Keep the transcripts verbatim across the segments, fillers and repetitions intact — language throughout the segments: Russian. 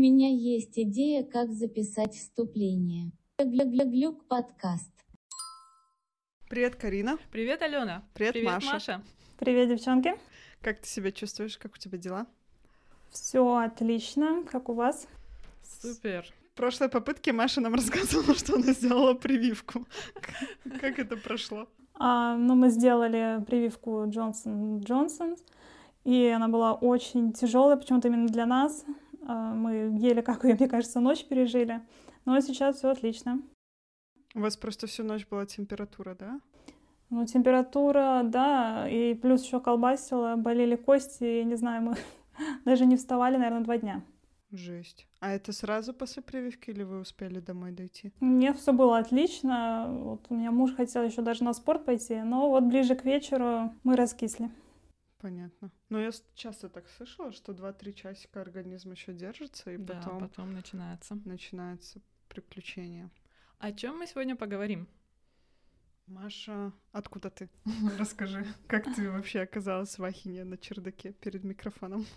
меня есть идея, как записать вступление. Глюк подкаст. Привет, Карина. Привет, Алена. Привет, Привет, Маша. Маша. Привет, девчонки. Как ты себя чувствуешь? Как у тебя дела? Все отлично. Как у вас? Супер. В прошлой попытке Маша нам рассказывала, что она сделала прививку. Как это прошло? А, ну, мы сделали прививку Джонсон Джонсон, и она была очень тяжелая, почему-то именно для нас. А, мы еле, как ее, мне кажется, ночь пережили. Но сейчас все отлично. У вас просто всю ночь была температура, да? Ну, температура, да, и плюс еще колбасило, болели кости, я не знаю, мы даже не вставали, наверное, два дня. Жесть. А это сразу после прививки или вы успели домой дойти? Нет, все было отлично. Вот у меня муж хотел еще даже на спорт пойти, но вот ближе к вечеру мы раскисли. Понятно. Но я часто так слышала, что два-три часика организм еще держится, и Да, потом, потом начинается. начинается приключение. О чем мы сегодня поговорим? Маша, откуда ты? Расскажи, как ты вообще оказалась в Ахине на чердаке перед микрофоном?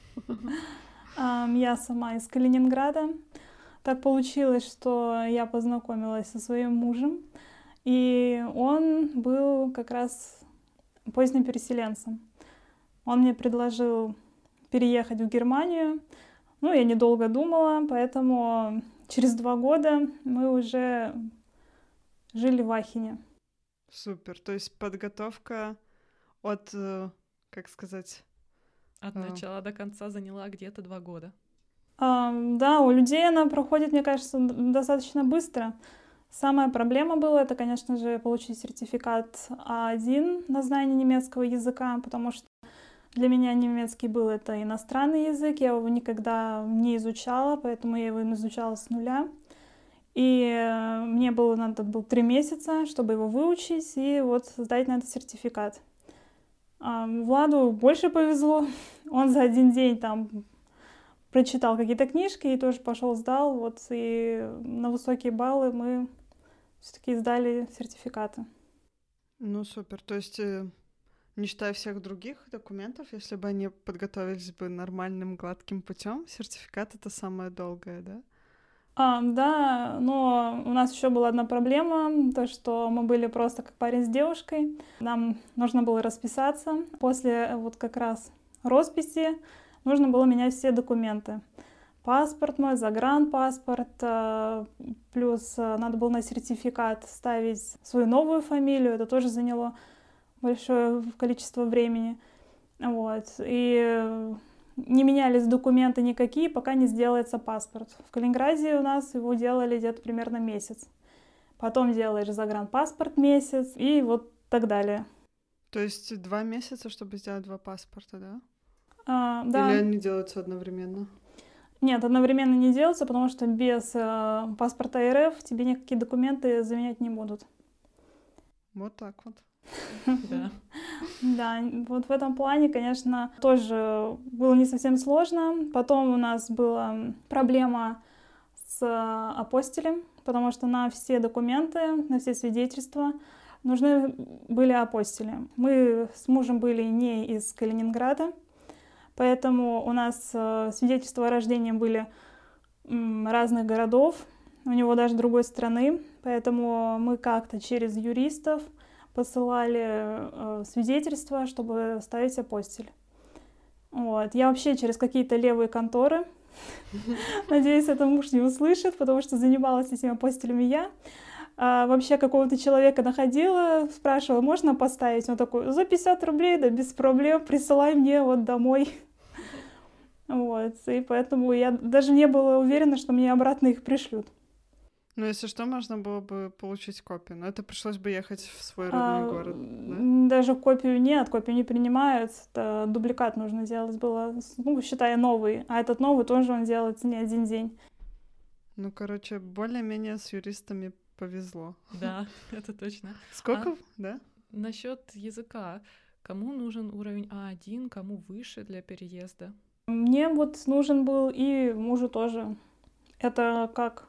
Я сама из Калининграда. Так получилось, что я познакомилась со своим мужем, и он был как раз поздним переселенцем. Он мне предложил переехать в Германию. Ну, я недолго думала, поэтому через два года мы уже жили в Ахине. Супер. То есть подготовка от, как сказать... От а... начала до конца заняла где-то два года. А, да, у людей она проходит, мне кажется, достаточно быстро. Самая проблема была, это, конечно же, получить сертификат А один на знание немецкого языка, потому что для меня немецкий был это иностранный язык, я его никогда не изучала, поэтому я его изучала с нуля. И мне было надо было три месяца, чтобы его выучить и вот сдать на этот сертификат. А Владу больше повезло, он за один день там прочитал какие-то книжки и тоже пошел сдал, вот, и на высокие баллы мы все-таки сдали сертификаты. Ну, супер. То есть, не считая всех других документов, если бы они подготовились бы нормальным, гладким путем, сертификат — это самое долгое, да? А, да, но у нас еще была одна проблема, то, что мы были просто как парень с девушкой. Нам нужно было расписаться. После вот как раз росписи нужно было менять все документы. Паспорт мой, загранпаспорт, плюс надо было на сертификат ставить свою новую фамилию. Это тоже заняло большое количество времени. Вот. И не менялись документы никакие, пока не сделается паспорт. В Калининграде у нас его делали где-то примерно месяц. Потом делаешь загранпаспорт месяц и вот так далее. То есть два месяца, чтобы сделать два паспорта, да? А, да. Или они делаются одновременно? Нет, одновременно не делаются, потому что без э, паспорта РФ тебе никакие документы заменять не будут. Вот так вот. Да. Да, вот в этом плане, конечно, тоже было не совсем сложно. Потом у нас была проблема с апостилем, потому что на все документы, на все свидетельства нужны были апостили. Мы с мужем были не из Калининграда, поэтому у нас свидетельства о рождении были разных городов, у него даже другой страны, поэтому мы как-то через юристов посылали э, свидетельства, чтобы ставить апостиль. Вот. Я вообще через какие-то левые конторы, надеюсь, это муж не услышит, потому что занималась этими апостилями я. А вообще какого-то человека находила, спрашивала, можно поставить? Он такой, за пятьдесят рублей, да без проблем, присылай мне вот домой. Вот. И поэтому я даже не была уверена, что мне обратно их пришлют. Ну, если что, можно было бы получить копию, но это пришлось бы ехать в свой родной а, город, да? Даже копию нет, копию не принимают, это дубликат нужно делать было, ну, считая новый, а этот новый тоже он делается не один день. Ну, короче, более-менее с юристами повезло. Да, это точно. Сколько, а да? Насчет языка. Кому нужен уровень А один, кому выше для переезда? Мне вот нужен был и мужу тоже. Это как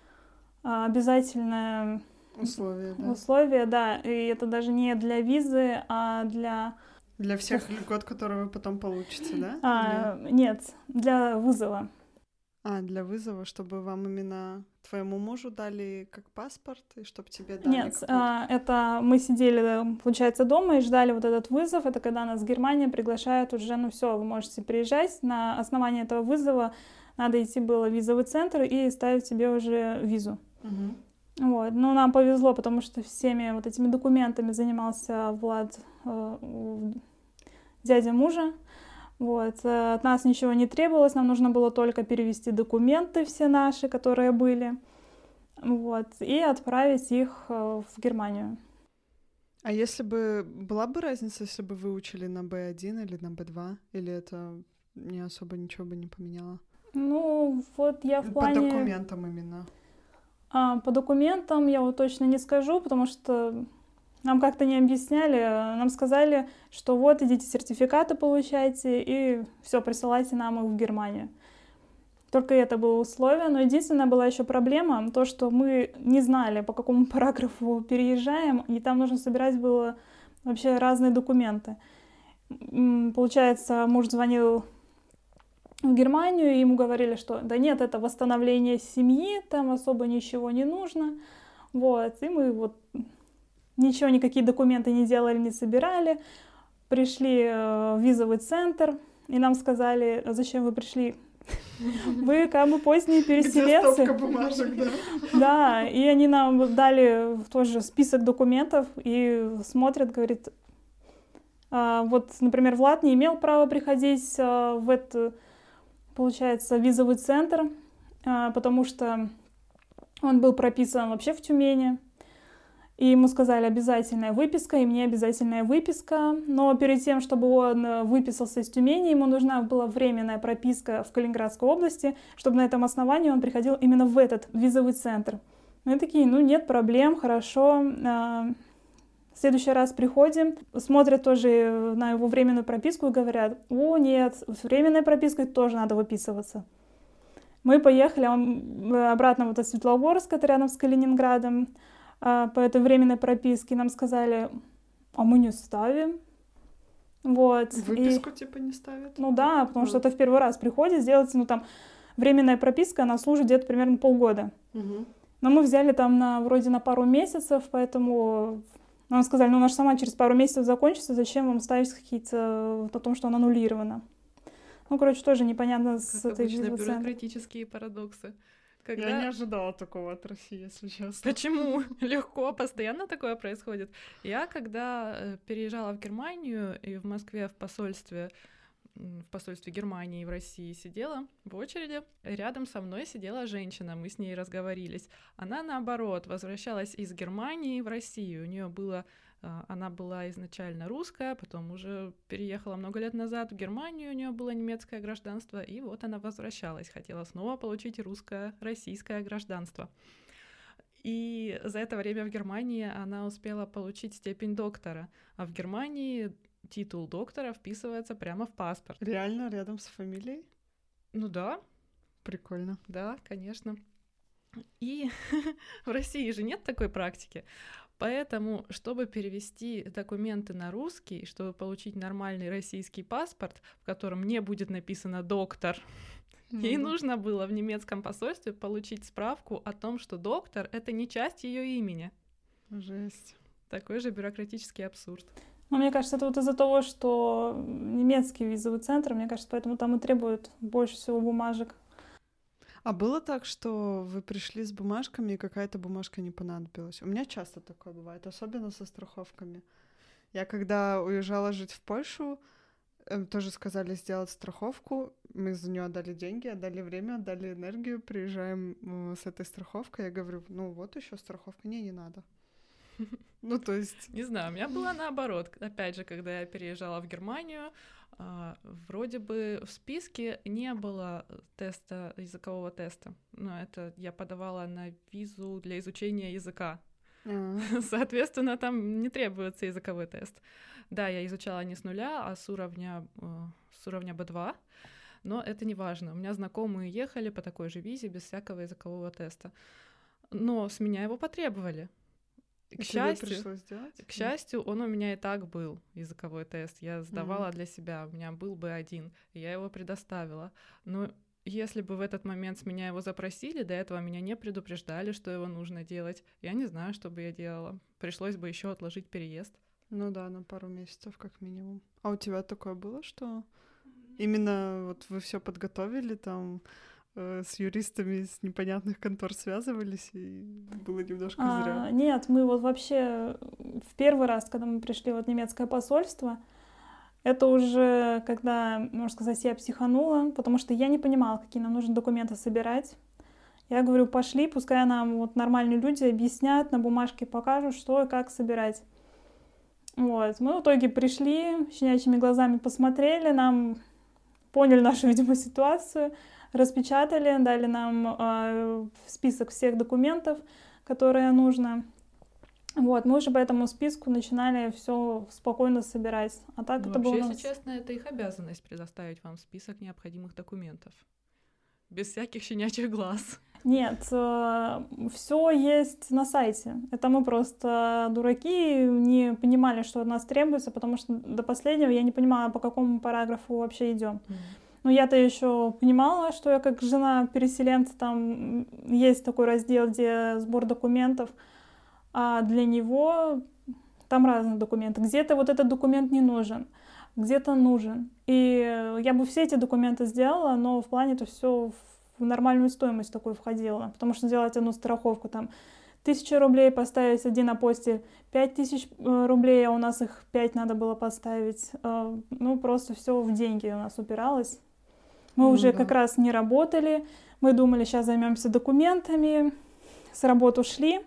обязательное условие, да. Условие, да. И это даже не для визы, а для... Для всех льгот, которые вы потом получите, да? А, Или... Нет, для вызова. А, для вызова, чтобы вам именно твоему мужу дали как паспорт, и чтобы тебе дали Нет, какой-то... а, это мы сидели, получается, дома и ждали вот этот вызов. Это когда нас Германия приглашает уже, ну все, вы можете приезжать. На основании этого вызова надо идти было в визовый центр и ставить себе уже визу. Угу. Вот. Ну, нам повезло, потому что всеми вот этими документами занимался Влад, э, дядя мужа. Вот. От нас ничего не требовалось, нам нужно было только перевести документы все наши, которые были, вот, и отправить их в Германию. А если бы... Была бы разница, если бы вы учили на бэ один или на бэ два? Или это не особо ничего бы не поменяло? Ну, вот я в плане... По документам именно. А, по документам я вот точно не скажу, потому что нам как-то не объясняли. Нам сказали, что вот идите сертификаты получайте и все, присылайте нам их в Германию. Только это было условие. Но единственная была еще проблема, то, что мы не знали, по какому параграфу переезжаем, и там нужно собирать было вообще разные документы. Получается, муж звонил в Германию, и ему говорили, что да нет, это восстановление семьи, там особо ничего не нужно. Вот, и мы вот ничего, никакие документы не делали, не собирали. Пришли в визовый центр, и нам сказали, а зачем вы пришли? Вы как бы поздние переселенцы. Где стопка бумажек, да? Да, и они нам дали тоже список документов и смотрят, говорит, вот, например, Влад не имел права приходить в этот, получается, визовый центр, потому что он был прописан вообще в Тюмени. И ему сказали обязательная выписка, и мне обязательная выписка. Но перед тем, чтобы он выписался из Тюмени, ему нужна была временная прописка в Калининградской области, чтобы на этом основании он приходил именно в этот визовый центр. Мы такие, ну нет проблем, хорошо. В следующий раз приходим, смотрят тоже на его временную прописку и говорят, о нет, с временной пропиской тоже надо выписываться. Мы поехали обратно вот от Светлогорска, это рядом с Калининградом, по этой временной прописке. Нам сказали, а мы не ставим. Вот. Выписку и, типа не ставят? Ну да, потому а. что это в первый раз приходит, сделать, ну там, временная прописка, она служит где-то примерно полгода. Угу. Но мы взяли там на, вроде на пару месяцев, поэтому нам сказали, ну наша сама через пару месяцев закончится, зачем вам ставить какие-то, о том, что она аннулирована. Ну, короче, тоже непонятно как с этой обычно, визовой ценой. бюрократические парадоксы. Когда... Я не ожидала такого от России, если честно. Почему? Легко, постоянно такое происходит. Я, когда переезжала в Германию и в Москве в посольстве, в посольстве Германии в России сидела в очереди, рядом со мной сидела женщина, мы с ней разговорились. Она, наоборот, возвращалась из Германии в Россию. У нее было... Она была изначально русская, потом уже переехала много лет назад в Германию, у нее было немецкое гражданство, и вот она возвращалась, хотела снова получить русское, российское гражданство. И за это время в Германии она успела получить степень доктора, а в Германии титул доктора вписывается прямо в паспорт. Реально рядом с фамилией? Ну да. Прикольно. Да, конечно. И в России же нет такой практики. Поэтому, чтобы перевести документы на русский, чтобы получить нормальный российский паспорт, в котором не будет написано «доктор», mm-hmm. ей нужно было в немецком посольстве получить справку о том, что доктор — это не часть ее имени. Жесть. Такой же бюрократический абсурд. Ну, мне кажется, это вот из-за того, что немецкий визовый центр, мне кажется, поэтому там и требуют больше всего бумажек. А было так, что вы пришли с бумажками, и какая-то бумажка не понадобилась? У меня часто такое бывает, особенно со страховками. Я когда уезжала жить в Польшу, э, тоже сказали сделать страховку. Мы за нее отдали деньги, отдали время, отдали энергию. Приезжаем э, с этой страховкой. Я говорю, ну вот еще страховка. Не, не надо. Ну, то есть... Не знаю, у меня было наоборот. Опять же, когда я переезжала в Германию, вроде бы в списке не было теста, языкового теста. Но это я подавала на визу для изучения языка. Uh-huh. Соответственно, там не требуется языковой тест. Да, я изучала не с нуля, а с уровня, с уровня бэ два. Но это не важно. У меня знакомые ехали по такой же визе без всякого языкового теста. Но с меня его потребовали. К счастью, к счастью, он у меня и так был, языковой тест. Я сдавала mm-hmm. для себя, у меня был бэ один, и я его предоставила. Но если бы в этот момент с меня его запросили, до этого меня не предупреждали, что его нужно делать, я не знаю, что бы я делала. Пришлось бы еще отложить переезд. Ну да, на пару месяцев как минимум. А у тебя такое было, что именно вот вы все подготовили, там э, с юристами из непонятных контор связывались, и было немножко А, зря? нет, мы вот вообще в первый раз, когда мы пришли вот в немецкое посольство, это уже когда, можно сказать, я психанула, потому что я не понимала, какие нам нужно документы собирать. Я говорю, пошли, пускай нам вот нормальные люди объяснят, на бумажке покажут, что и как собирать. Вот. Мы в итоге пришли, щенячьими глазами посмотрели, нам поняли нашу, видимо, ситуацию, распечатали, дали нам э, список всех документов, которые нужно. Вот, мы уже по этому списку начинали все спокойно собирать. А так Ну, это вообще, было у нас... если честно, это их обязанность предоставить вам список необходимых документов. Без всяких щенячьих глаз. Нет, все есть на сайте. Это мы просто дураки, не понимали, что от нас требуется, потому что до последнего я не понимала, по какому параграфу вообще идем. Mm. Но я-то еще понимала, что я как жена переселенца, там есть такой раздел, где сбор документов, а для него там разные документы. Где-то вот этот документ не нужен, где-то нужен. И я бы все эти документы сделала, но в плане это все в нормальную стоимость такой входило. Потому что сделать одну страховку, там, тысяча рублей поставить один апостиль, пять тысяч рублей, а у нас их пять надо было поставить. Ну, просто все в деньги у нас упиралось. Мы Ну, уже да. как раз не работали. Мы думали, сейчас займемся документами. С работы ушли.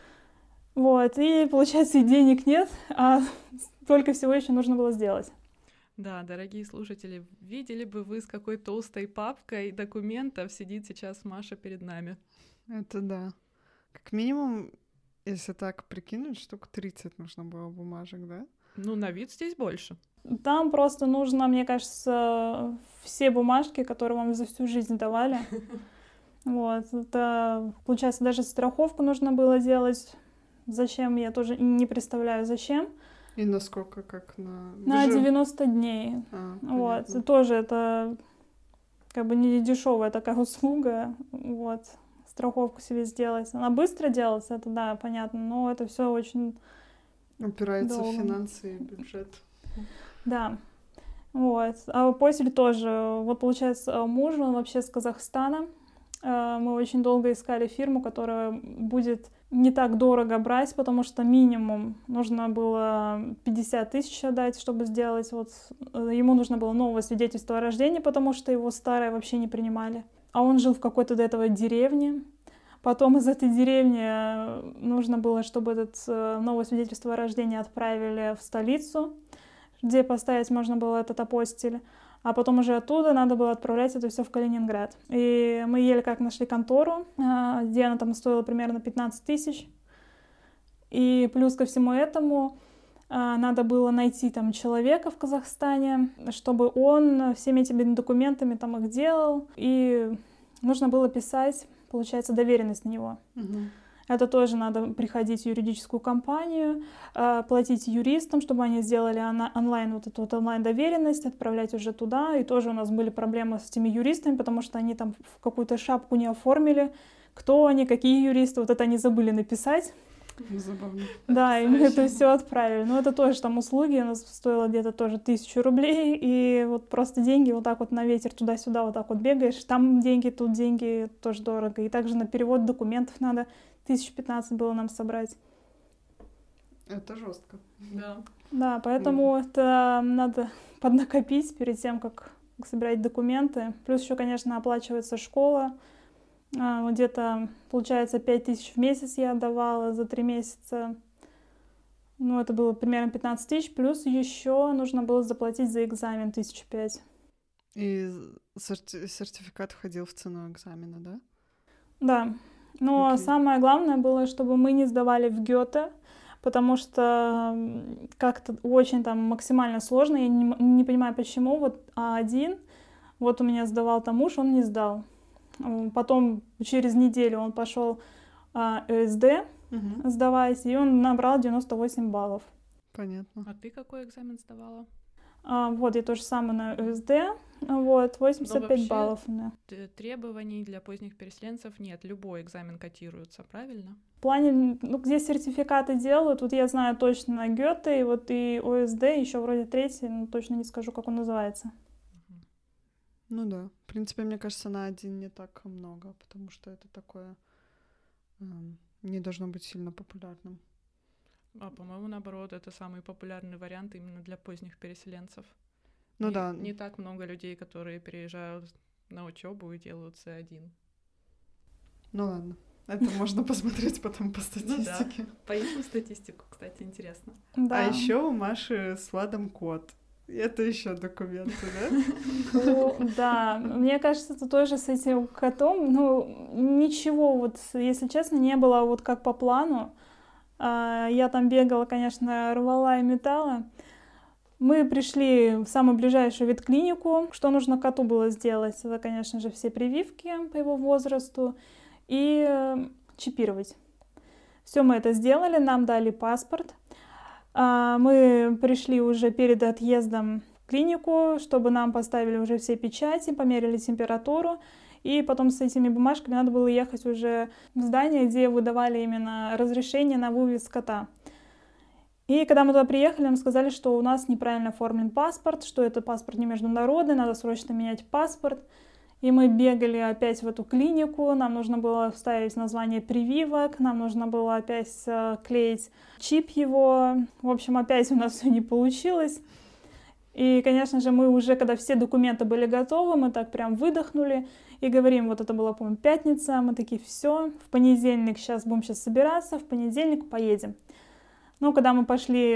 Вот. И, получается, и денег нет, а только всего еще нужно было сделать. Да, дорогие слушатели, видели бы вы, с какой толстой папкой документов сидит сейчас Маша перед нами. Это да. Как минимум, если так прикинуть, штук тридцать нужно было бумажек, да? Ну, на вид здесь больше. Там просто нужно, мне кажется, все бумажки, которые вам за всю жизнь давали. Вот. Это, получается, даже страховку нужно было делать. Зачем, я тоже не представляю, зачем. И насколько, как на... На Вы же- девяносто дней. А, Вот. понятно. И тоже это как бы не дешевая такая услуга. Вот. Страховку себе сделать. Она быстро делается, это да, понятно, но это все очень... Упирается в долго. финансы и бюджет. Да. Вот. А после тоже, вот получается, муж, он вообще с Казахстана. Э, Мы очень долго искали фирму, которая будет не так дорого брать, потому что минимум нужно было пятьдесят тысяч отдать, чтобы сделать. Вот э, ему нужно было новое свидетельство о рождении, потому что его старое вообще не принимали. А он жил в какой-то до этого деревне. Потом из этой деревни э, нужно было, чтобы это новое свидетельство о рождении отправили в столицу, где поставить можно было этот апостиль. А потом уже оттуда надо было отправлять это все в Калининград. И мы еле как нашли контору, э, где она там стоила примерно пятнадцать тысяч. И плюс ко всему этому э, надо было найти там человека в Казахстане, чтобы он всеми этими документами там их делал. И нужно было писать, получается, доверенность на него. Мгм. Это тоже надо приходить в юридическую компанию, э, платить юристам, чтобы они сделали она- онлайн вот эту вот онлайн-доверенность, отправлять уже туда. И тоже у нас были проблемы с этими юристами, потому что они там в какую-то шапку не оформили. Кто они, какие юристы, вот это они забыли написать. Забавно. Да, и мы это все отправили. Но это тоже там услуги, у нас стоило где-то тоже тысячу рублей. И вот просто деньги вот так вот на ветер туда-сюда вот так вот бегаешь. Там деньги, тут деньги, тоже дорого. И также на перевод документов надо тысяч пятнадцать было нам собрать. Это жестко. Да. Да, поэтому это надо поднакопить перед тем, как собирать документы. Плюс еще, конечно, оплачивается школа. А, вот где-то, получается, пять тысяч в месяц я отдавала за три месяца. Ну, это было примерно пятнадцать тысяч. Плюс еще нужно было заплатить за экзамен тысячу пять. И серти- сертификат входил в цену экзамена, да? Да. Но Окей. самое главное было, чтобы мы не сдавали в Гёте, потому что м, как-то очень там максимально сложно. Я не, м- не понимаю, почему. Вот А один, вот у меня сдавал там муж, он не сдал. М, Потом через неделю он пошел а, ЭСД Мгм. сдавать, и он набрал девяносто восемь баллов. Понятно. А ты какой экзамен сдавала? А, вот, я тоже самое на ю эс ди. Вот, восемьдесят пять вообще баллов у меня. Т- Требований для поздних переселенцев нет. Любой экзамен котируется, правильно? В плане, ну, где сертификаты делают, вот я знаю точно Гёте, и вот и о эс ди, еще вроде третий, но точно не скажу, как он называется. Мгм. Ну да. В принципе, мне кажется, на один не так много, потому что это такое эм, не должно быть сильно популярным. А, по-моему, наоборот, это самый популярный вариант именно для поздних переселенцев. Ну не, да. Не так много людей, которые переезжают на учебу и делают С один. Ну ладно. Это можно посмотреть потом по Ну да. статистике. Поищем статистику, кстати, интересно. Да. А еще у Маши с Владом кот. И это еще документы, да? Ну, да, мне кажется, это тоже с этим котом, ну, ничего, вот, если честно, не было вот как по плану. А, Я там бегала, конечно, рвала и метала. Мы пришли в самую ближайшую ветклинику. Что нужно коту было сделать? Это, конечно же, все прививки по его возрасту и э, чипировать. Все мы это сделали, нам дали паспорт. А, Мы пришли уже перед отъездом в клинику, чтобы нам поставили уже все печати, померили температуру. И потом с этими бумажками надо было ехать уже в здание, где выдавали именно разрешение на вывез кота. И когда мы туда приехали, нам сказали, что у нас неправильно оформлен паспорт, что это паспорт не международный, надо срочно менять паспорт. И мы бегали опять в эту клинику, нам нужно было вставить название прививок, нам нужно было опять э, клеить чип его. В общем, опять у нас все не получилось. И, конечно же, мы уже, когда все документы были готовы, мы так прям выдохнули и говорим, вот это была, по-моему, пятница, мы такие, все, в понедельник сейчас будем сейчас собираться, в понедельник поедем. Ну, когда мы пошли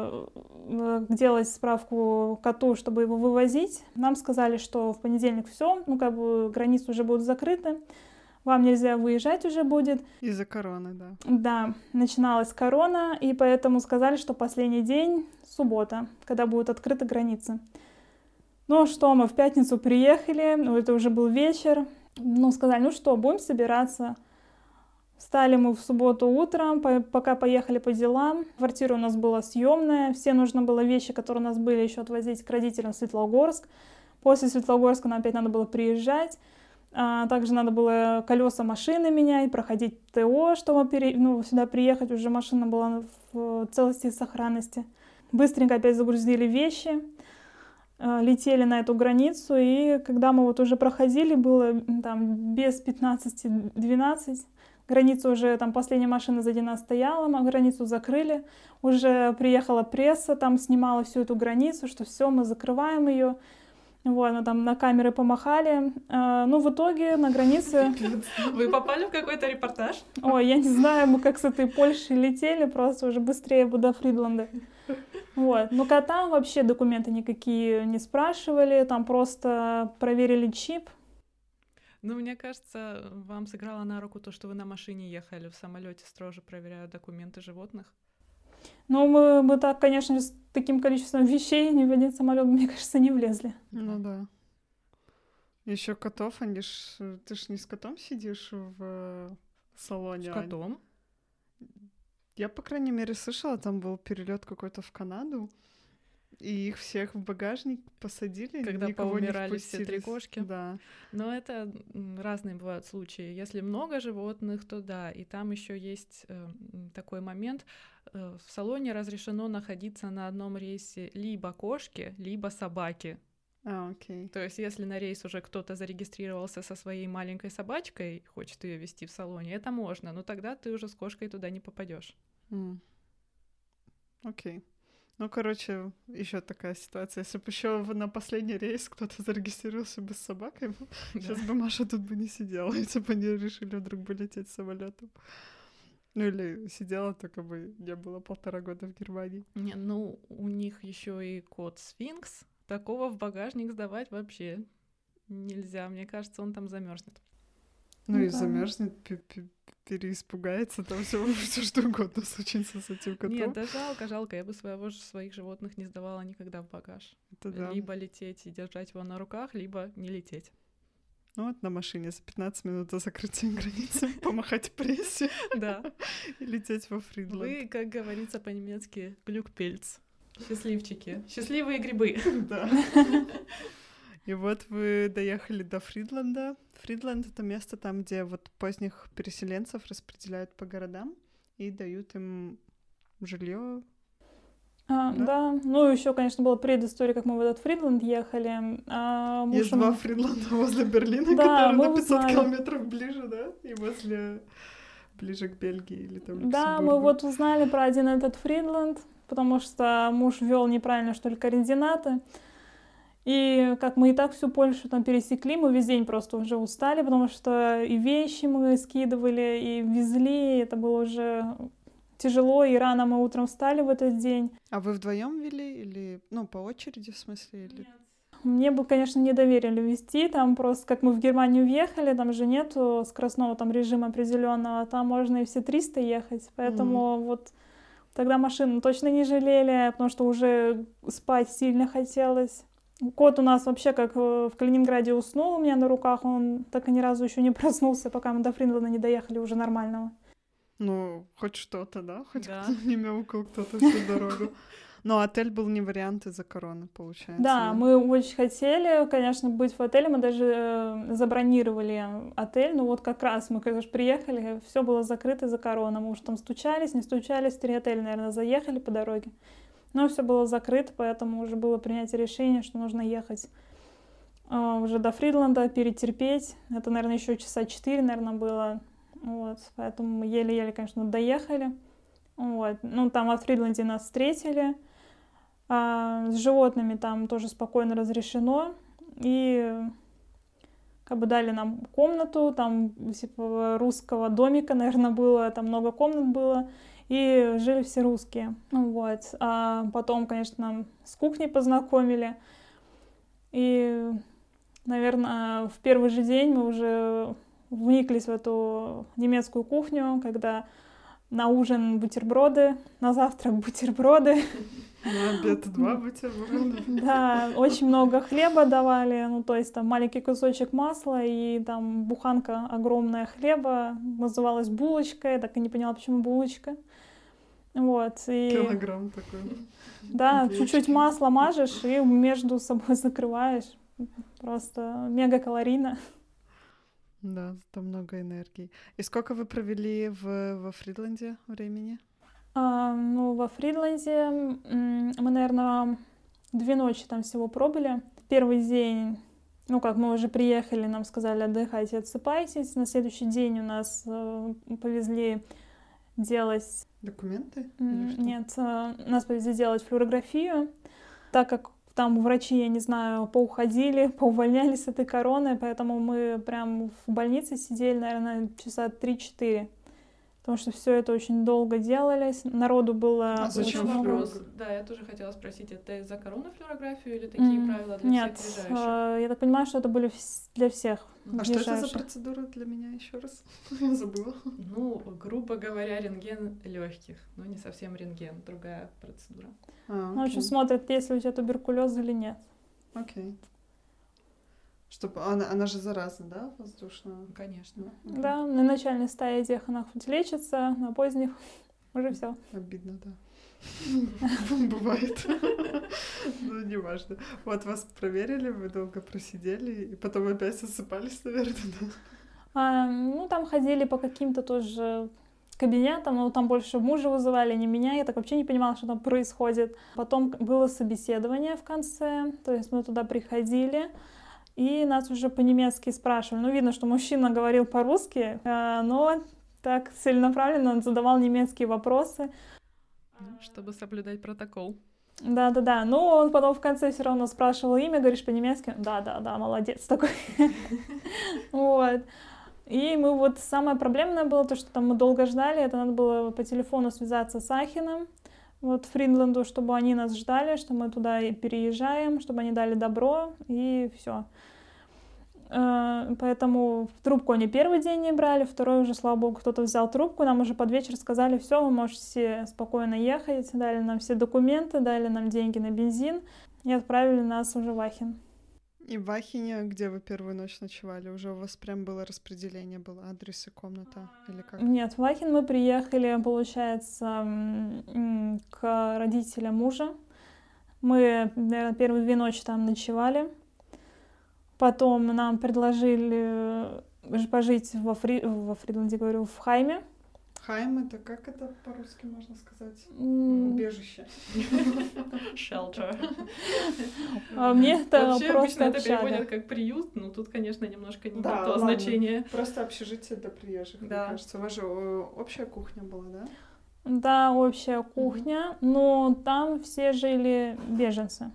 э, делать справку коту, чтобы его вывозить, нам сказали, что в понедельник все, ну, как бы границы уже будут закрыты, вам нельзя выезжать уже будет. Из-за короны, да. Да, начиналась корона, и поэтому сказали, что последний день — суббота, когда будут открыты границы. Ну что, мы в пятницу приехали, ну, это уже был вечер, ну, сказали, ну что, будем собираться. Встали мы в субботу утром, по- пока поехали по делам. Квартира у нас была съемная, все нужно было вещи, которые у нас были, еще отвозить к родителям в Светлогорск. После Светлогорска нам опять надо было приезжать. А, также надо было колеса машины менять, проходить ТО, чтобы пере... ну, сюда приехать. Уже машина была в целости и сохранности. Быстренько опять загрузили вещи, а, летели на эту границу. И когда мы вот уже проходили, было там без пятнадцати двенадцать. Граница уже, там последняя машина сзади нас стояла, мы границу закрыли. Уже приехала пресса, там снимала всю эту границу, что все, мы закрываем ее. Вот, мы там на камеры помахали. А, ну, в итоге на границе... Вы попали в какой-то репортаж? Ой, я не знаю, мы как с этой Польши летели, просто уже быстрее бы до Фридланда. Вот. Ну, кота вообще документы никакие не спрашивали, там просто проверили чип. Ну, мне кажется, вам сыграло на руку то, что вы на машине ехали, в самолете строже проверяют документы животных. Ну, мы бы так, конечно, с таким количеством вещей ни в один самолет, мне кажется, не влезли. Ну да. Еще котов, они ж... Ты ж не с котом сидишь в салоне, С Ань? котом? Я, по крайней мере, слышала, там был перелет какой-то в Канаду, и их всех в багажник посадили, Когда никого не поумирали все впустили. три кошки. Да. Но это м, разные бывают случаи. Если много животных, то да. И там еще есть э, м, такой момент. Э, в салоне разрешено находиться на одном рейсе либо кошки, либо собаки. А, окей. То есть, если на рейс уже кто-то зарегистрировался со своей маленькой собачкой, хочет ее вести в салоне, это можно, но тогда ты уже с кошкой туда не попадешь. М. Окей. Ну, короче, еще такая ситуация. Если бы еще на последний рейс кто-то зарегистрировался бы с собакой, сейчас бы Маша тут бы не сидела, если бы они решили вдруг бы лететь самолетом. Ну или сидела, только бы не было полтора года в Германии. Не, ну, у них еще и кот Сфинкс. Такого в багажник сдавать вообще нельзя. Мне кажется, он там замерзнет. Ну Ну и да. замерзнет, переиспугается, там все что угодно случится с этим котом. Нет, да жалко, жалко. Я бы своего, ж- своих животных не сдавала никогда в багаж. Это да. Либо лететь и держать его на руках, либо не лететь. Ну вот на машине за пятнадцать минут до закрытия границы помахать прессе Да. и лететь во Фридланд. Вы, как говорится по-немецки, глюкпельц. Счастливчики. Счастливые грибы. Да. И вот вы доехали до Фридланда. Фридланд — это место там, где вот поздних переселенцев распределяют по городам и дают им жилье. А, Да? да, ну еще, конечно, была предыстория, как мы в этот Фридланд ехали. А муж Есть у два меня- Фридланда возле Берлина, Да, которые мы на пятьсот узнали. километров ближе, да? И возле... ближе к Бельгии или там Да, мы Люксембургу. вот узнали про один этот Фридланд, потому что муж вел неправильно, что ли, координаты. И как мы и так всю Польшу там пересекли, мы весь день просто уже устали, потому что и вещи мы скидывали, и везли, и это было уже тяжело, и рано мы утром встали в этот день. А вы вдвоем вели или, ну, по очереди, в смысле? Или... Мне бы, конечно, не доверили вести, там просто, как мы в Германию въехали, там же нету скоростного там режима определенного, там можно и все триста ехать, поэтому mm. вот тогда машину точно не жалели, потому что уже спать сильно хотелось. Кот у нас вообще как в Калининграде уснул у меня на руках, он так и ни разу еще не проснулся, пока мы до Фридланда не доехали уже нормального. Ну, хоть что-то, да? Хоть Да. кто-то не мяукал кто-то всю дорогу. Но отель был не вариант из-за короны, получается. Да, мы очень хотели, конечно, быть в отеле. Мы даже э, забронировали отель. Но вот как раз мы, когда же приехали, все было закрыто из-за короны. Мы уже там стучались, не стучались, в три отеля, наверное, заехали по дороге. Но все было закрыто, поэтому уже было принятие решения, что нужно ехать э, уже до Фридланда, перетерпеть. Это, наверное, еще часа четыре, наверное, было. Вот, поэтому мы еле-еле, конечно, доехали. Вот. Ну, там во Фридланде нас встретили. А с животными там тоже спокойно разрешено. И как бы дали нам комнату, там типа русского домика, наверное, было, там много комнат было. И жили все русские. Вот. А потом, конечно, нам с кухней познакомили. И, наверное, в первый же день мы уже вниклись в эту немецкую кухню, когда на ужин бутерброды, на завтрак бутерброды. На обед два бутерброда. Да, очень много хлеба давали, ну то есть там маленький кусочек масла и там буханка огромная хлеба, называлась булочкой, я так и не поняла, почему булочка. Вот, и... Килограмм такой. Да, Отлично. чуть-чуть масла мажешь и между собой закрываешь. Просто мега калорийно. Да, там много энергии. И сколько вы провели в, во Фридланде времени? А, ну, во Фридланде м, мы, наверное, две ночи там всего пробыли. Первый день, ну, как мы уже приехали, нам сказали, отдыхайте, отсыпайтесь. На следующий день у нас э, повезли делать... Документы? М, Или что? Нет, э, нас повезли делать флюорографию, так как там врачи, я не знаю, поуходили, поувольнялись с этой короной, поэтому мы прям в больнице сидели, наверное, часа три-четыре. Потому что все это очень долго делалось, народу было А очень зачем много. Вопрос. Да, я тоже хотела спросить, это из-за коронавирографию или такие М, правила для Нет, всех ближайших? э, я так понимаю, что это были вс- для всех А что это за ближайших. процедура для меня еще раз? Я забыла. Ну, грубо говоря, рентген легких, но не совсем рентген, другая процедура. А, Ну, в общем, окей. смотрят, есть ли у тебя туберкулез или нет. Окей. Чтобы она, она же заразна, да, воздушная? Конечно. Окей. Да, на начальной стадиях она хоть лечится, на поздних уже все. Обидно, да. Бывает. Ну, не важно. Вот вас проверили, вы долго просидели, и потом опять осыпались, наверное, да? А, ну, там ходили по каким-то тоже кабинетам, но там больше мужа вызывали, не меня. Я так вообще не понимала, что там происходит. Потом было собеседование в конце, то есть мы туда приходили, и нас уже по-немецки спрашивали. Ну, видно, что мужчина говорил по-русски, а, но так целенаправленно он задавал немецкие вопросы. Ну, чтобы соблюдать протокол. Да-да-да, ну он потом в конце все равно спрашивал имя, говоришь по-немецки, да-да-да, молодец такой. Вот. И мы вот, самое проблемное было то, что там мы долго ждали, это надо было по телефону связаться с Ахеном, вот в Фридланду, чтобы они нас ждали, что мы туда и переезжаем, чтобы они дали добро, и все. Поэтому трубку они первый день не брали, второй уже, слава богу, кто-то взял трубку, нам уже под вечер сказали, все, вы можете спокойно ехать, дали нам все документы, дали нам деньги на бензин и отправили нас уже в Ахен. И в Ахене, где вы первую ночь ночевали, уже у вас прям было распределение, было адрес и комната, или как? Нет, в Ахен мы приехали, получается, м, к родителям мужа. Мы, наверное, первые две ночи там ночевали. Потом нам предложили пожить во, Фри... во Фридланде, говорю, в Хайме. Хайм — это как это по-русски можно сказать? М, Убежище. Shelter. А мне это Вообще обычно просто это общага. переводят как приют, но тут, конечно, немножко не Да, то ладно. значение. Просто общежитие для приезжих, мне Да. кажется. У вас же э, общая кухня была, да? Да, общая кухня, но там все жили беженцы.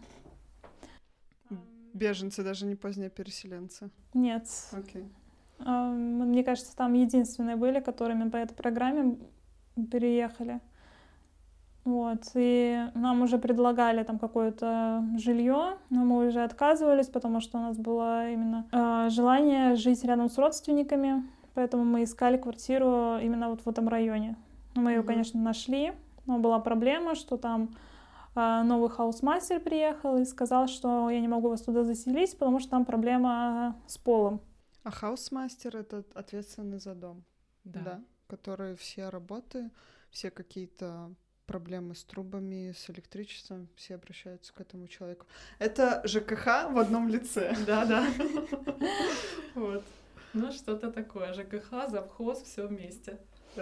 Беженцы, даже не поздние переселенцы. Нет. Окей. А, Мне кажется, там единственные были, которыми по этой программе переехали. Вот. И нам уже предлагали там какое-то жилье, но мы уже отказывались, потому что у нас было именно а, желание жить рядом с родственниками, поэтому мы искали квартиру именно вот в этом районе. Мы ее, Мгм. конечно, нашли, но была проблема, что там а, новый хаусмастер приехал и сказал, что я не могу вас туда заселить, потому что там проблема с полом. А хаусмастер — это ответственный за дом, да. Да. Который все работы, все какие-то проблемы с трубами, с электричеством, все обращаются к этому человеку. Это ЖКХ в одном лице. Да, да. Вот. Ну, что-то такое. ЖКХ, завхоз, все вместе.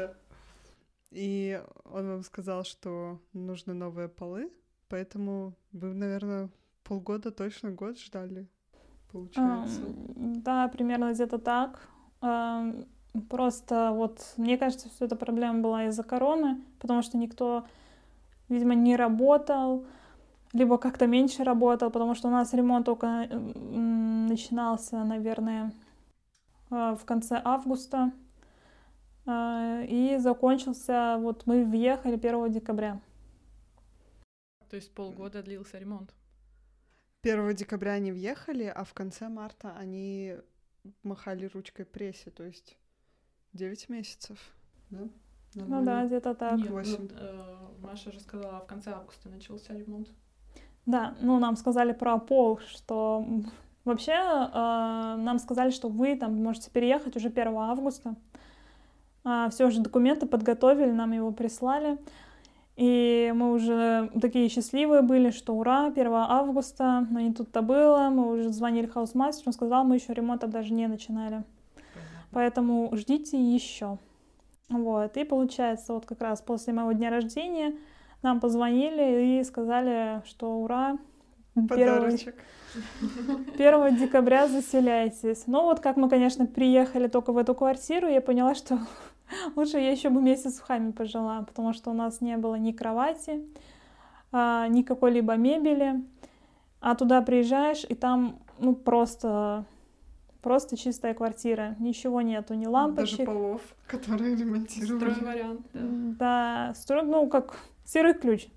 И он вам сказал, что нужны новые полы, поэтому вы, наверное, полгода, точно год ждали, получается. Ам, Да, примерно где-то так. Ам, Просто вот, мне кажется, что эта проблема была из-за короны, потому что никто, видимо, не работал, либо как-то меньше работал, потому что у нас ремонт только м, начинался, наверное, а, в конце августа, а, и закончился, вот мы въехали первого декабря. То есть полгода длился ремонт. первого декабря они въехали, а в конце марта они махали ручкой прессе, то есть девять месяцев, да? Ну Нормально. да, где-то так. Нет, ну, Восемь. э, Маша же сказала, в конце августа начался ремонт. Да, ну нам сказали про пол, что м, вообще э, нам сказали, что вы там можете переехать уже первого августа. Все уже документы подготовили, нам его прислали. И мы уже такие счастливые были, что ура, первого августа, но не тут-то было. Мы уже звонили хаусмастеру, он сказал, мы еще ремонта даже не начинали. Поэтому ждите еще. Вот. И получается, вот как раз после моего дня рождения нам позвонили и сказали, что ура, Подарочек. первого декабря заселяйтесь. Ну вот как мы, конечно, приехали только в эту квартиру, я поняла, что лучше я еще бы месяц в Хайме пожила, потому что у нас не было ни кровати, а, ни какой-либо мебели. А туда приезжаешь, и там ну просто, просто чистая квартира. Ничего нету, ни лампочек. Даже полов, которые ремонтировали. Строй вариант, да. Да, строй, ну как серый ключ.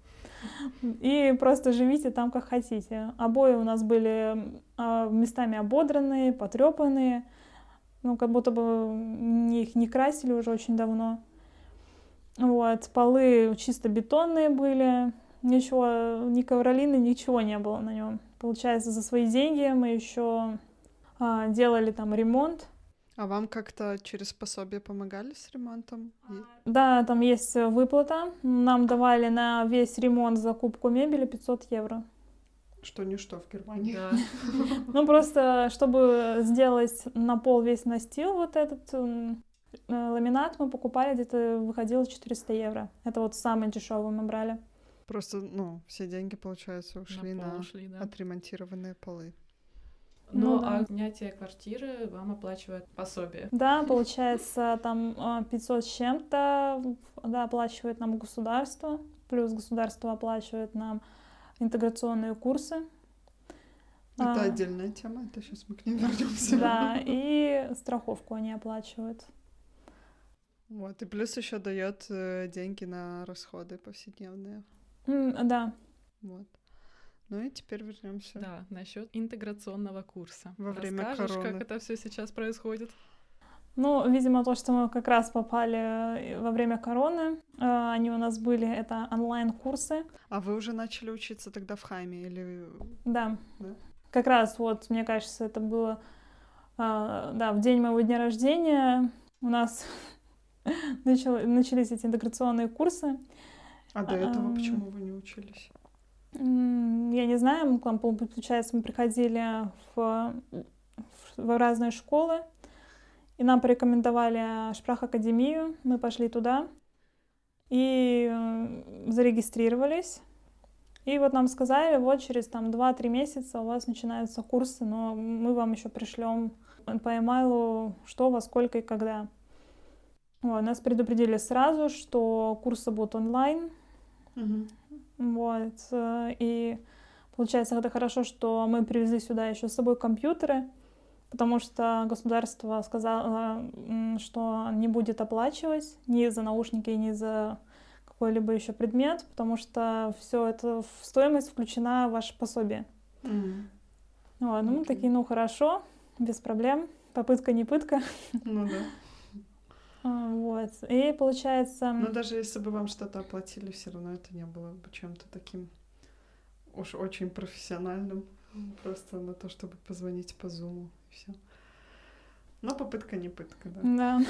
И просто живите там, как хотите. Обои у нас были а, местами ободранные, потрепанные. Ну, как будто бы их не красили уже очень давно. Вот. Полы чисто бетонные были. Ничего, ни ковролины, ничего не было на нем. Получается, за свои деньги мы еще а, делали там ремонт. А вам как-то через пособие помогали с ремонтом? И- Да, там есть выплата. Нам давали на весь ремонт, закупку мебели пятьсот евро. Что ничто в Германии. Да. Ну, просто, чтобы сделать на пол весь настил, вот этот м, э, ламинат мы покупали, где-то выходило четыреста евро. Это вот самый дешевый мы брали. Просто, ну, все деньги, получается, ушли На на, пол ушли, да. отремонтированные полы. Ну, Ну, да. а снятие квартиры вам оплачивает пособие. Да, получается, там а, пятьсот с чем-то, да, оплачивает нам государство, плюс государство оплачивает нам интеграционные курсы. Это А, отдельная тема, это сейчас мы к ней вернемся. Да, и страховку они оплачивают. Вот, и плюс еще дает э, деньги на расходы повседневные. М, Да. Вот. Ну и теперь вернемся. Да, насчет интеграционного курса. Во время Расскажешь, короны. как это все сейчас происходит? Ну, видимо, то, что мы как раз попали во время короны, э, они у нас были, это онлайн-курсы. А вы уже начали учиться тогда в Хайме или... Да. Да? Как раз вот, мне кажется, это было, а, да, в день моего дня рождения у нас начал- начались эти интеграционные курсы. А до этого Ам. почему вы не учились? М, Я не знаю, мы к вам, пол- получается, мы приходили в, в разные школы, и нам порекомендовали Шпрахакадемию, мы пошли туда и э, зарегистрировались. И вот нам сказали, вот через там два-три месяца у вас начинаются курсы, но мы вам еще пришлем по имейлу, что, во сколько и когда. Вот, нас предупредили сразу, что курсы будут онлайн. Мгм. Вот, э, и получается, это хорошо, что мы привезли сюда еще с собой компьютеры, потому что государство сказало, м, что не будет оплачивать ни за наушники, ни за какой-либо еще предмет, потому что все это в стоимость включена в ваше пособие. Мгм. Вот, ну, мы Окей. такие, ну хорошо, без проблем, попытка не пытка. Ну да. А, Вот, и получается... Но даже если бы вам что-то оплатили, все равно это не было бы чем-то таким уж очень профессиональным. Просто на то, чтобы позвонить по зуму, и все. Но попытка не пытка, да. Да.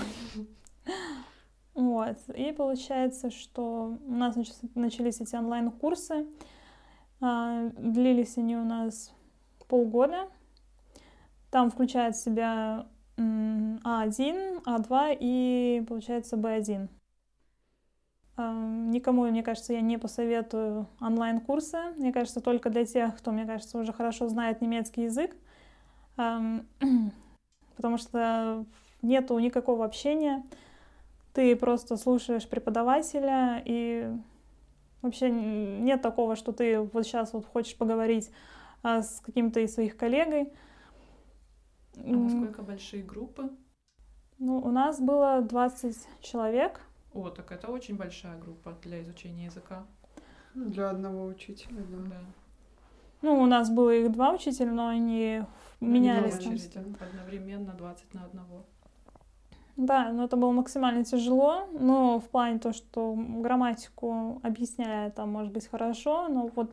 Вот. И получается, что у нас нач- начались эти онлайн-курсы. А, Длились они у нас полгода. Там включает в себя м, А один, А два и, получается, Б один. А, Никому, мне кажется, я не посоветую онлайн-курсы. Мне кажется, только для тех, кто, мне кажется, уже хорошо знает немецкий язык. Ам, Потому что нету никакого общения. Ты просто слушаешь преподавателя, и вообще н- нет такого, что ты вот сейчас вот хочешь поговорить а, с каким-то из своих коллегой. А М, насколько большие группы? Ну, у нас было двадцать человек. О, так это очень большая группа для изучения языка. Ну, для одного учителя, да. Да. Ну, у нас было их два учителя, но они Ну, менялись не по там. очереди, одновременно двадцать на одного. Да, но это было максимально тяжело, но в плане то, что грамматику объясняя там, может быть, хорошо, но вот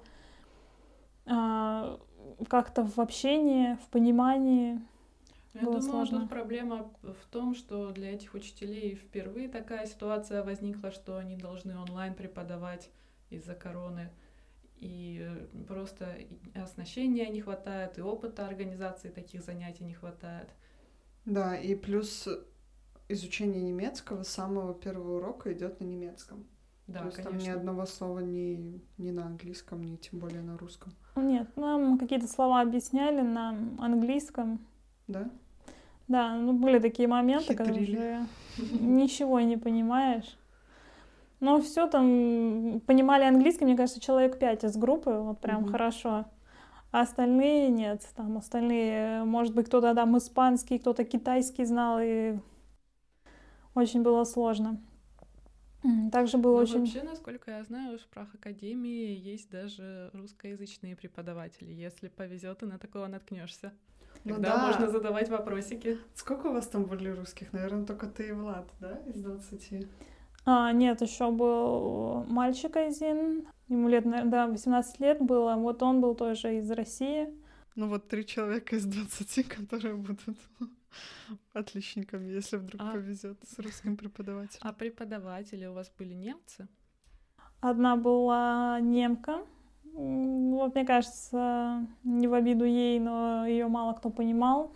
а, как-то в общении, в понимании Я было думаю, сложно. тут проблема в том, что для этих учителей впервые такая ситуация возникла, что они должны онлайн преподавать из-за короны. И э, просто и оснащения не хватает, и опыта организации таких занятий не хватает. Да, и плюс изучение немецкого с самого первого урока идет на немецком. Да, То есть там конечно. ни одного слова ни, ни на английском, ни тем более на русском. Нет, нам какие-то слова объясняли на английском. Да? Да, ну были такие моменты, когда Хитрили. уже ничего не понимаешь. Но все там понимали английский, мне кажется, человек пять из группы, вот прям Мгм. хорошо. А остальные нет. Там остальные, может быть, кто-то там испанский, кто-то китайский знал, и очень было сложно. М, Также было Но очень... вообще, насколько я знаю, в Шпрахакадемии есть даже русскоязычные преподаватели. Если повезет, и на такого наткнешься. Ну Тогда да. можно задавать вопросики. Сколько у вас там были русских? Наверное, только ты и Влад, да, из двадцати? А, нет, еще был мальчик один, ему лет, наверно, да, восемнадцать лет было, вот он был тоже из России. Ну вот три человека из двадцати, которые будут отличниками, если вдруг А- повезет с русским преподавателем. А преподаватели у вас были немцы? Одна была немка, М, вот мне кажется, не в обиду ей, но ее мало кто понимал.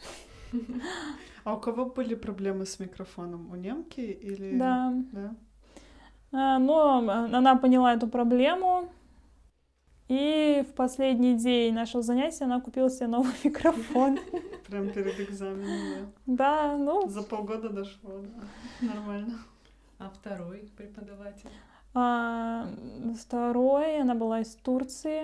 А у кого были проблемы с микрофоном? У немки или... Да. Да? А, Но она поняла эту проблему, и в последний день нашего занятия она купила себе новый микрофон. Прям перед экзаменом, Да, да. ну, За полгода дошло, да. Нормально. А второй преподаватель? а, второй, она была из Турции,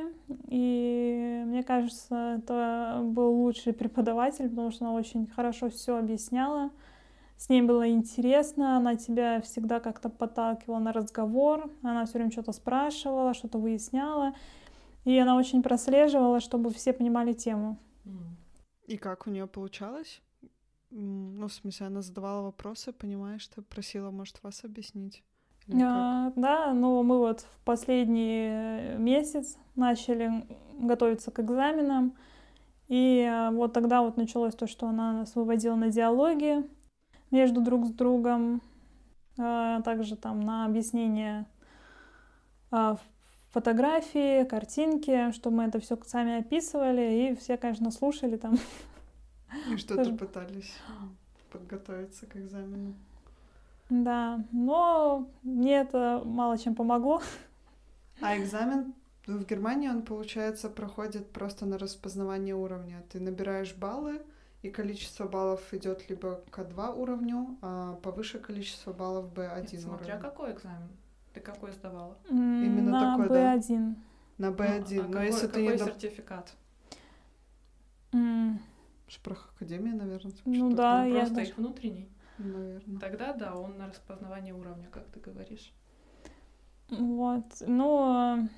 и мне кажется, это был лучший преподаватель, потому что она очень хорошо все объясняла. С ней было интересно, она тебя всегда как-то подталкивала на разговор, она все время что-то спрашивала, что-то выясняла, и она очень прослеживала, чтобы все понимали тему. М. И как у нее получалось? М, Ну, в смысле, она задавала вопросы, понимаешь, что просила, может, вас объяснить? Или как? А, Да, но мы вот в последний месяц начали готовиться к экзаменам, и а, вот тогда вот началось то, что она нас выводила на диалоги между друг с другом, а также там на объяснение а, фотографии, картинки, чтобы мы это все сами описывали, и все, конечно, слушали там. И что-то пытались подготовиться к экзамену. Да, но мне это мало чем помогло. А экзамен в Германии, он, получается, проходит просто на распознавание уровня. Ты набираешь баллы, и количество баллов идет либо к два уровню, а повыше количество баллов бэ один Нет, смотря уровень. какой экзамен. Ты какой сдавала? Именно на такой, бэ один. Да? На бэ один. Ну, а Но какой, если какой ты не... сертификат? М, Шпрахакадемия, наверное. Ну что-то да, Ну, я просто даже... их внутренний. такое, наверное. Тогда да, он на распознавание уровня, как ты говоришь. Вот, ну,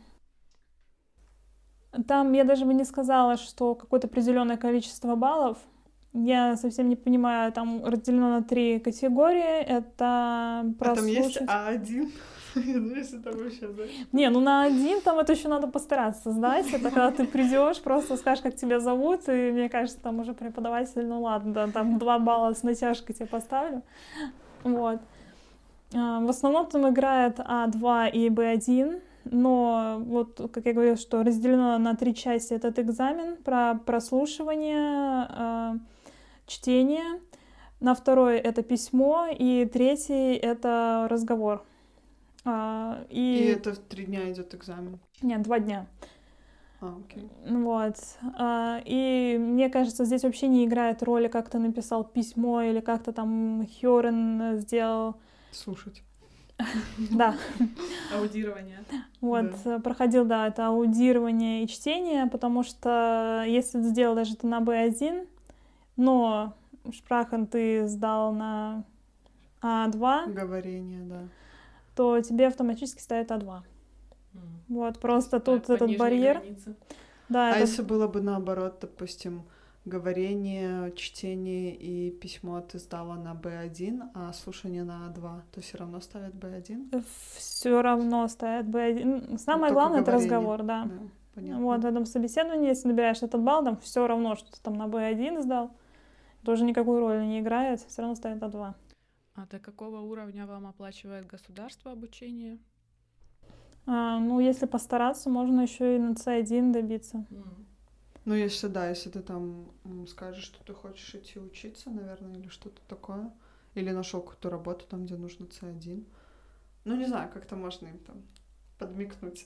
там я даже бы не сказала, что какое-то определенное количество баллов. Я совсем не понимаю, там разделено на три категории. Это А там есть прослушать... а один? Я думаю, если там вообще, да? Не, ну на один там это еще надо постараться сдать. Это когда ты придешь, просто скажешь, как тебя зовут, и мне кажется, там уже преподаватель, ну ладно, да, там два балла с натяжкой тебе поставлю. Вот. А, В основном там играет а два и бэ один, но вот, как я говорила, что разделено на три части этот экзамен про прослушивание, а, чтение, на второй это письмо, и третий это разговор. А, И И... это в три дня идет экзамен. Нет, два дня. А, окей. Вот. А, И мне кажется, здесь вообще не играет роли, как ты написал письмо или как ты там Хёрен сделал. Слушать. Да, Аудирование. вот, э, проходил, да, это аудирование и чтение, потому что если ты сделал даже это на бэ один, но Шпрахен ты сдал на а два, Говорение, да. то тебе автоматически ставят а два. М. Вот, просто То тут есть по этот нижней барьер. границе. Да, А это... если было бы наоборот, допустим, говорение, чтение и письмо ты сдала на бэ один, а слушание на а два, то все равно ставят бэ один? все равно ставят бэ один. Самое только главное — это говорение. разговор, да. Да, понятно. Вот, в этом собеседовании, если набираешь этот балл, там все равно, что ты там на бэ один сдал, тоже никакой роли не играет, все равно ставят а два. А до какого уровня вам оплачивает государство обучение? А, ну, если постараться, можно еще и на цэ один добиться. М. Ну, если да, если ты там м, скажешь, что ты хочешь идти учиться, наверное, или что-то такое, или нашел какую-то работу там, где нужно цэ один. Ну, не знаю, как-то можно им там подмигнуть.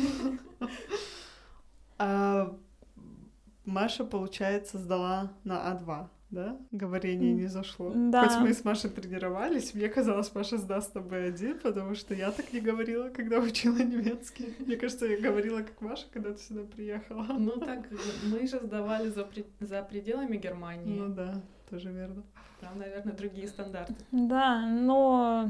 А Маша, получается, сдала на а два, да? Говорение не зашло. Да. Хоть мы с Машей тренировались, мне казалось, Маша сдаст на бэ один, потому что я так не говорила, когда учила немецкий. Мне кажется, я говорила как Маша, когда ты сюда приехала. Ну так, мы же сдавали за, пред- за пределами Германии. Ну да, тоже верно. Там, наверное, другие стандарты. Да, но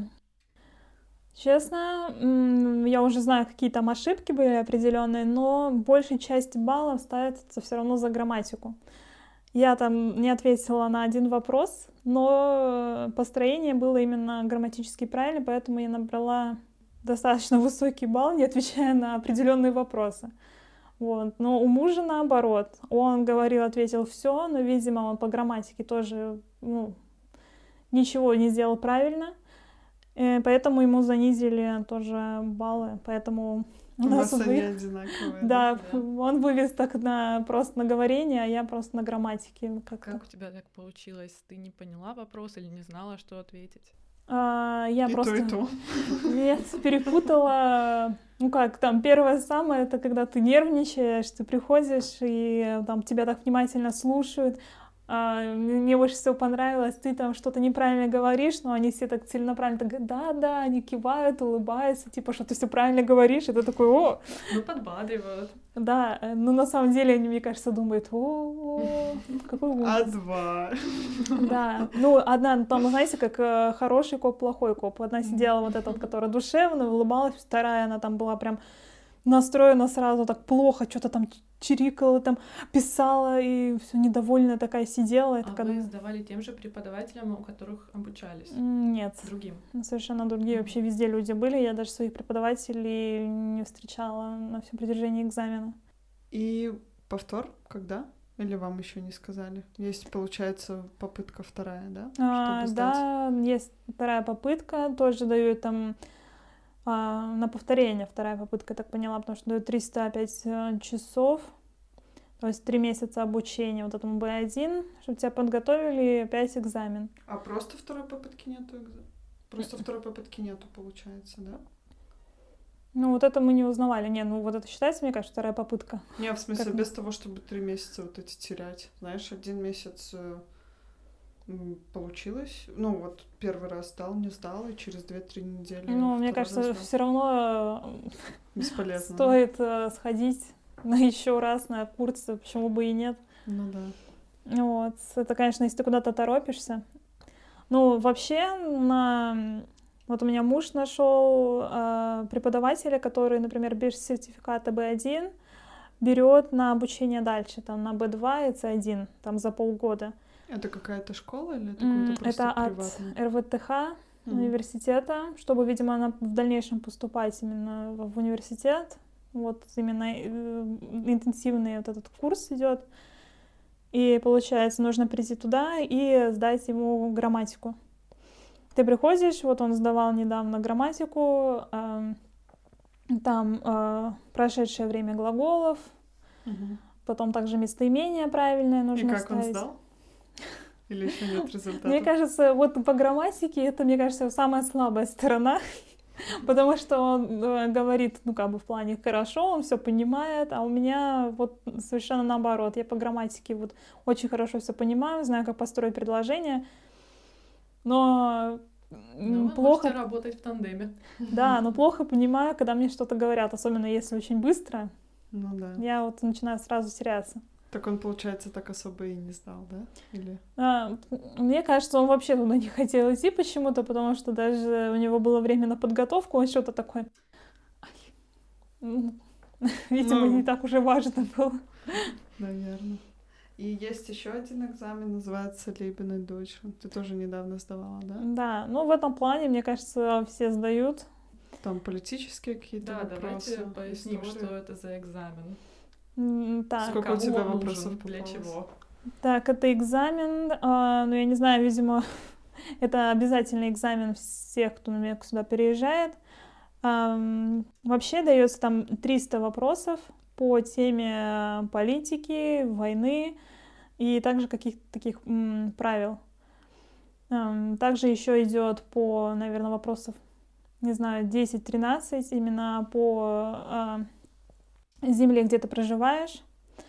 честно, м, я уже знаю, какие там ошибки были определенные, но большая часть баллов ставится все равно за грамматику. Я там не ответила на один вопрос, но построение было именно грамматически правильно, поэтому я набрала достаточно высокий балл, не отвечая на определенные вопросы. Вот. Но у мужа наоборот. Он говорил, ответил все, но, видимо, он по грамматике тоже, ну, ничего не сделал правильно. Э, Поэтому ему занизили тоже баллы. Поэтому у У нас вас они вы- одинаковые. Да, Да. он вывез так на просто на говорение, а я просто на грамматике. Как-то. Как у тебя так получилось? Ты не поняла вопрос или не знала, что ответить? А, я И просто то, и то. Нет, перепутала. Ну как, там первое самое, это когда ты нервничаешь, ты приходишь, и там тебя так внимательно слушают. А, мне больше всего понравилось, ты там что-то неправильно говоришь, но они все так целенаправленно так говорят, да-да, они кивают, улыбаются, типа, что ты все правильно говоришь, и ты такой, о, Ну, подбадривают. да, э, но на самом деле они, мне кажется, думают, о, какой а ужас. два. Да, ну одна, там, знаете, как э, хороший коп, плохой коп. Одна сидела вот эта вот, которая душевно улыбалась, вторая, она там была прям настроена сразу так плохо, что-то там чирикала, там писала, и все недовольная такая сидела. и А такая вы думаю, сдавали тем же преподавателям, у которых обучались? «М, нет, Другим? совершенно другие Мгм. вообще везде люди были. Я даже своих преподавателей не встречала на всем протяжении экзамена. И повтор когда? Или вам еще не сказали? Есть, получается, попытка вторая, да? А, Чтобы сдать? да, есть вторая попытка, тоже дают там а, на повторение вторая попытка, я так поняла, потому что дают триста пять часов, то есть три месяца обучения вот этому бэ один, чтобы тебя подготовили, опять экзамен. А просто второй попытки нету? Просто второй попытки нету, получается, да? Ну, вот это мы не узнавали. Не, ну вот это считается, мне кажется, вторая попытка. Не, в смысле, Как... без того, чтобы три месяца вот эти терять. Знаешь, один месяц э, получилось. Ну, вот первый раз сдал, не сдал, и через две-три недели... Ну, мне кажется, все равно бесполезно. Стоит э, сходить на еще раз на курсы, почему бы и нет. Ну да. Вот. Это, конечно, если ты куда-то торопишься. Ну, вообще, на... вот у меня муж нашел э, преподавателя, который, например, без сертификата бэ один берет на обучение дальше, там на бэ два и цэ один, там за полгода. Это какая-то школа или это какой-то просто Это приватный? от эр вэ тэ ха Mm. университета, чтобы, видимо, она в дальнейшем поступать именно в университет. Вот именно интенсивный вот этот курс идет. И получается, нужно прийти туда и сдать ему грамматику. Ты приходишь, вот он сдавал недавно грамматику, э, там э, прошедшее время глаголов, Угу. потом также местоимение правильное нужно И как ставить. он сдал? Или еще нет результата? Мне кажется, вот по грамматике это, мне кажется, самая слабая сторона, потому что он говорит, ну, как бы в плане хорошо, он все понимает, а у меня вот совершенно наоборот. Я по грамматике вот очень хорошо все понимаю, знаю, как построить предложение, но Ну, вы плохо... можете работать в тандеме. Да, но плохо понимаю, когда мне что-то говорят, особенно если очень быстро. Ну да. Я вот начинаю сразу теряться. Так он, получается, так особо и не сдал, да? Или... А, мне кажется, он вообще туда не хотел идти почему-то, потому что даже у него было время на подготовку, он что-то такое... Видимо, Ну. не так уже важно было. Наверное. И есть еще один экзамен, называется Leben in Deutschland. Ты тоже недавно сдавала, да? Да, ну в этом плане, мне кажется, все сдают. Там политические какие-то Да, вопросы. давайте поясним, история. что это за экзамен. М, Так, Сколько у Кому тебя он вопросов нужен, для попалось? чего? так, это экзамен, а, ну я не знаю, видимо, это обязательный экзамен всех, кто, наверное, сюда переезжает. Ам, вообще дается там триста вопросов по теме политики, войны и также каких-то таких м, правил. Ам, также еще идет по, наверное, вопросов, не знаю, десять-тринадцать именно по а, земле, где ты проживаешь.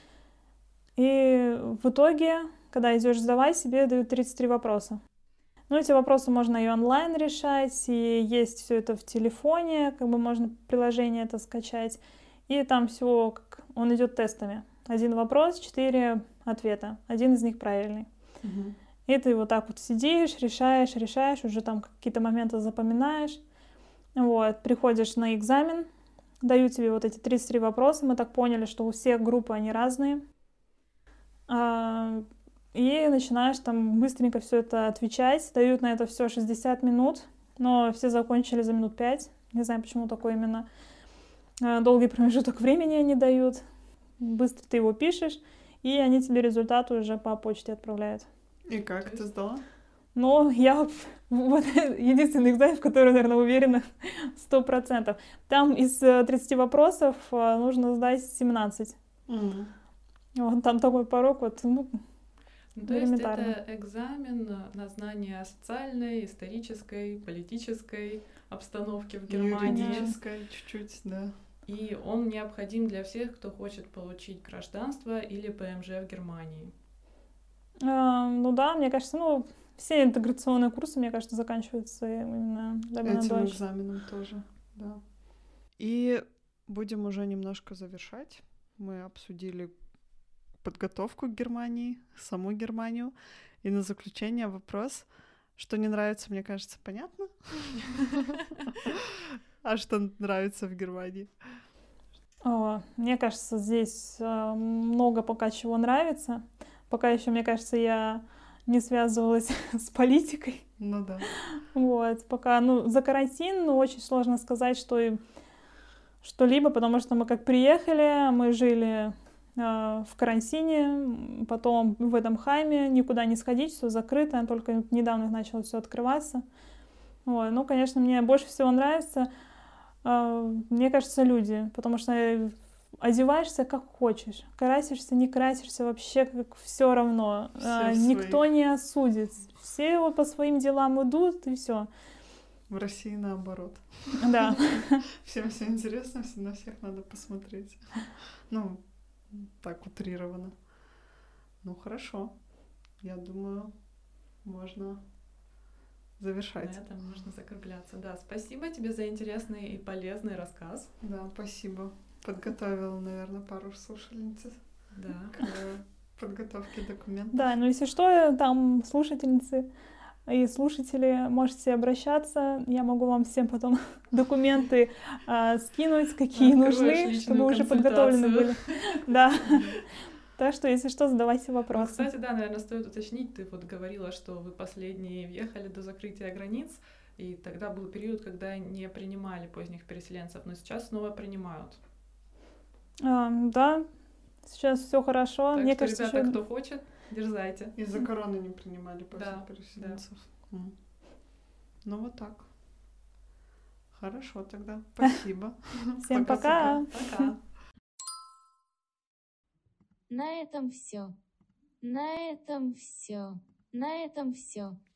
И в итоге, когда идешь сдавать, себе дают тридцать три вопроса. Ну, эти вопросы можно и онлайн решать, и есть все это в телефоне, как бы можно приложение это скачать. И там всего, как он идет тестами. Один вопрос, четыре ответа. Один из них правильный. Мгм. И ты вот так вот сидишь, решаешь, решаешь, уже там какие-то моменты запоминаешь. Вот, приходишь на экзамен, дают тебе вот эти тридцать три вопроса. Мы так поняли, что у всех группы, они разные. А, И начинаешь там быстренько все это отвечать. Дают на это все шестьдесят минут, но все закончили за минут пять. Не знаю, почему такой именно а, долгий промежуток времени они дают. Быстро ты его пишешь, и они тебе результаты уже по почте отправляют. И как ты сдала? Но я вот единственный экзамен, в который, наверное, уверена сто процентов. Там из тридцати вопросов а, нужно сдать семнадцать. Мгм. Вот там такой порог, вот, ну, Ну, то есть элементарно. это экзамен на знание социальной, исторической, политической обстановки в Германии. Юридическая чуть-чуть, да. И он необходим для всех, кто хочет получить гражданство или пэ эм жэ в Германии. А, ну да, мне кажется, ну, все интеграционные курсы, мне кажется, заканчиваются именно Leben in Этим Deutsch. экзаменом тоже, да. И будем уже немножко завершать. Мы обсудили подготовку к Германии, саму Германию. И на заключение вопрос, что не нравится, мне кажется, понятно. А что нравится в Германии? О, мне кажется, здесь а, много пока чего нравится. Пока еще, мне кажется, я не связывалась с политикой. Ну да. Вот, пока, ну, за карантин, ну, очень сложно сказать, что и что-либо, потому что мы как приехали, мы жили э, в карантине, потом в этом хайме, никуда не сходить, все закрыто, только недавно начало все открываться. Вот, ну, конечно, мне больше всего нравится а, мне кажется, люди, потому что одеваешься как хочешь, красишься, не красишься, вообще как все равно. Все А, в никто своих. не осудит. Все вот по своим делам идут, и все. В России наоборот. Да. Всем все интересно, все на всех надо посмотреть. Ну, так утрированно. Ну, хорошо. Я думаю, можно На завершать. этом можно закругляться. Да, спасибо тебе за интересный и полезный рассказ. Да, спасибо. Подготовила, наверное, пару слушательниц Да. к э, подготовке документов. Да, ну если что, там слушательницы и слушатели, можете обращаться. Я могу вам всем потом документы а, скинуть, какие Открываешь нужны, личную чтобы уже подготовлены были. консультацию. Да. Так что, если что, задавайте Ну, вопросы. кстати, да, наверное, стоит уточнить. Ты вот говорила, что вы последние въехали до закрытия границ, и тогда был период, когда не принимали поздних переселенцев, но сейчас снова принимают. А, да, сейчас все хорошо. Так Мне что, кажется, ребята, еще... кто хочет, дерзайте. Из-за короны не принимали после Да, переселенцев. М. Ну, вот так. Хорошо тогда. Спасибо. Всем пока. Пока. На этом все. На этом все. На этом все.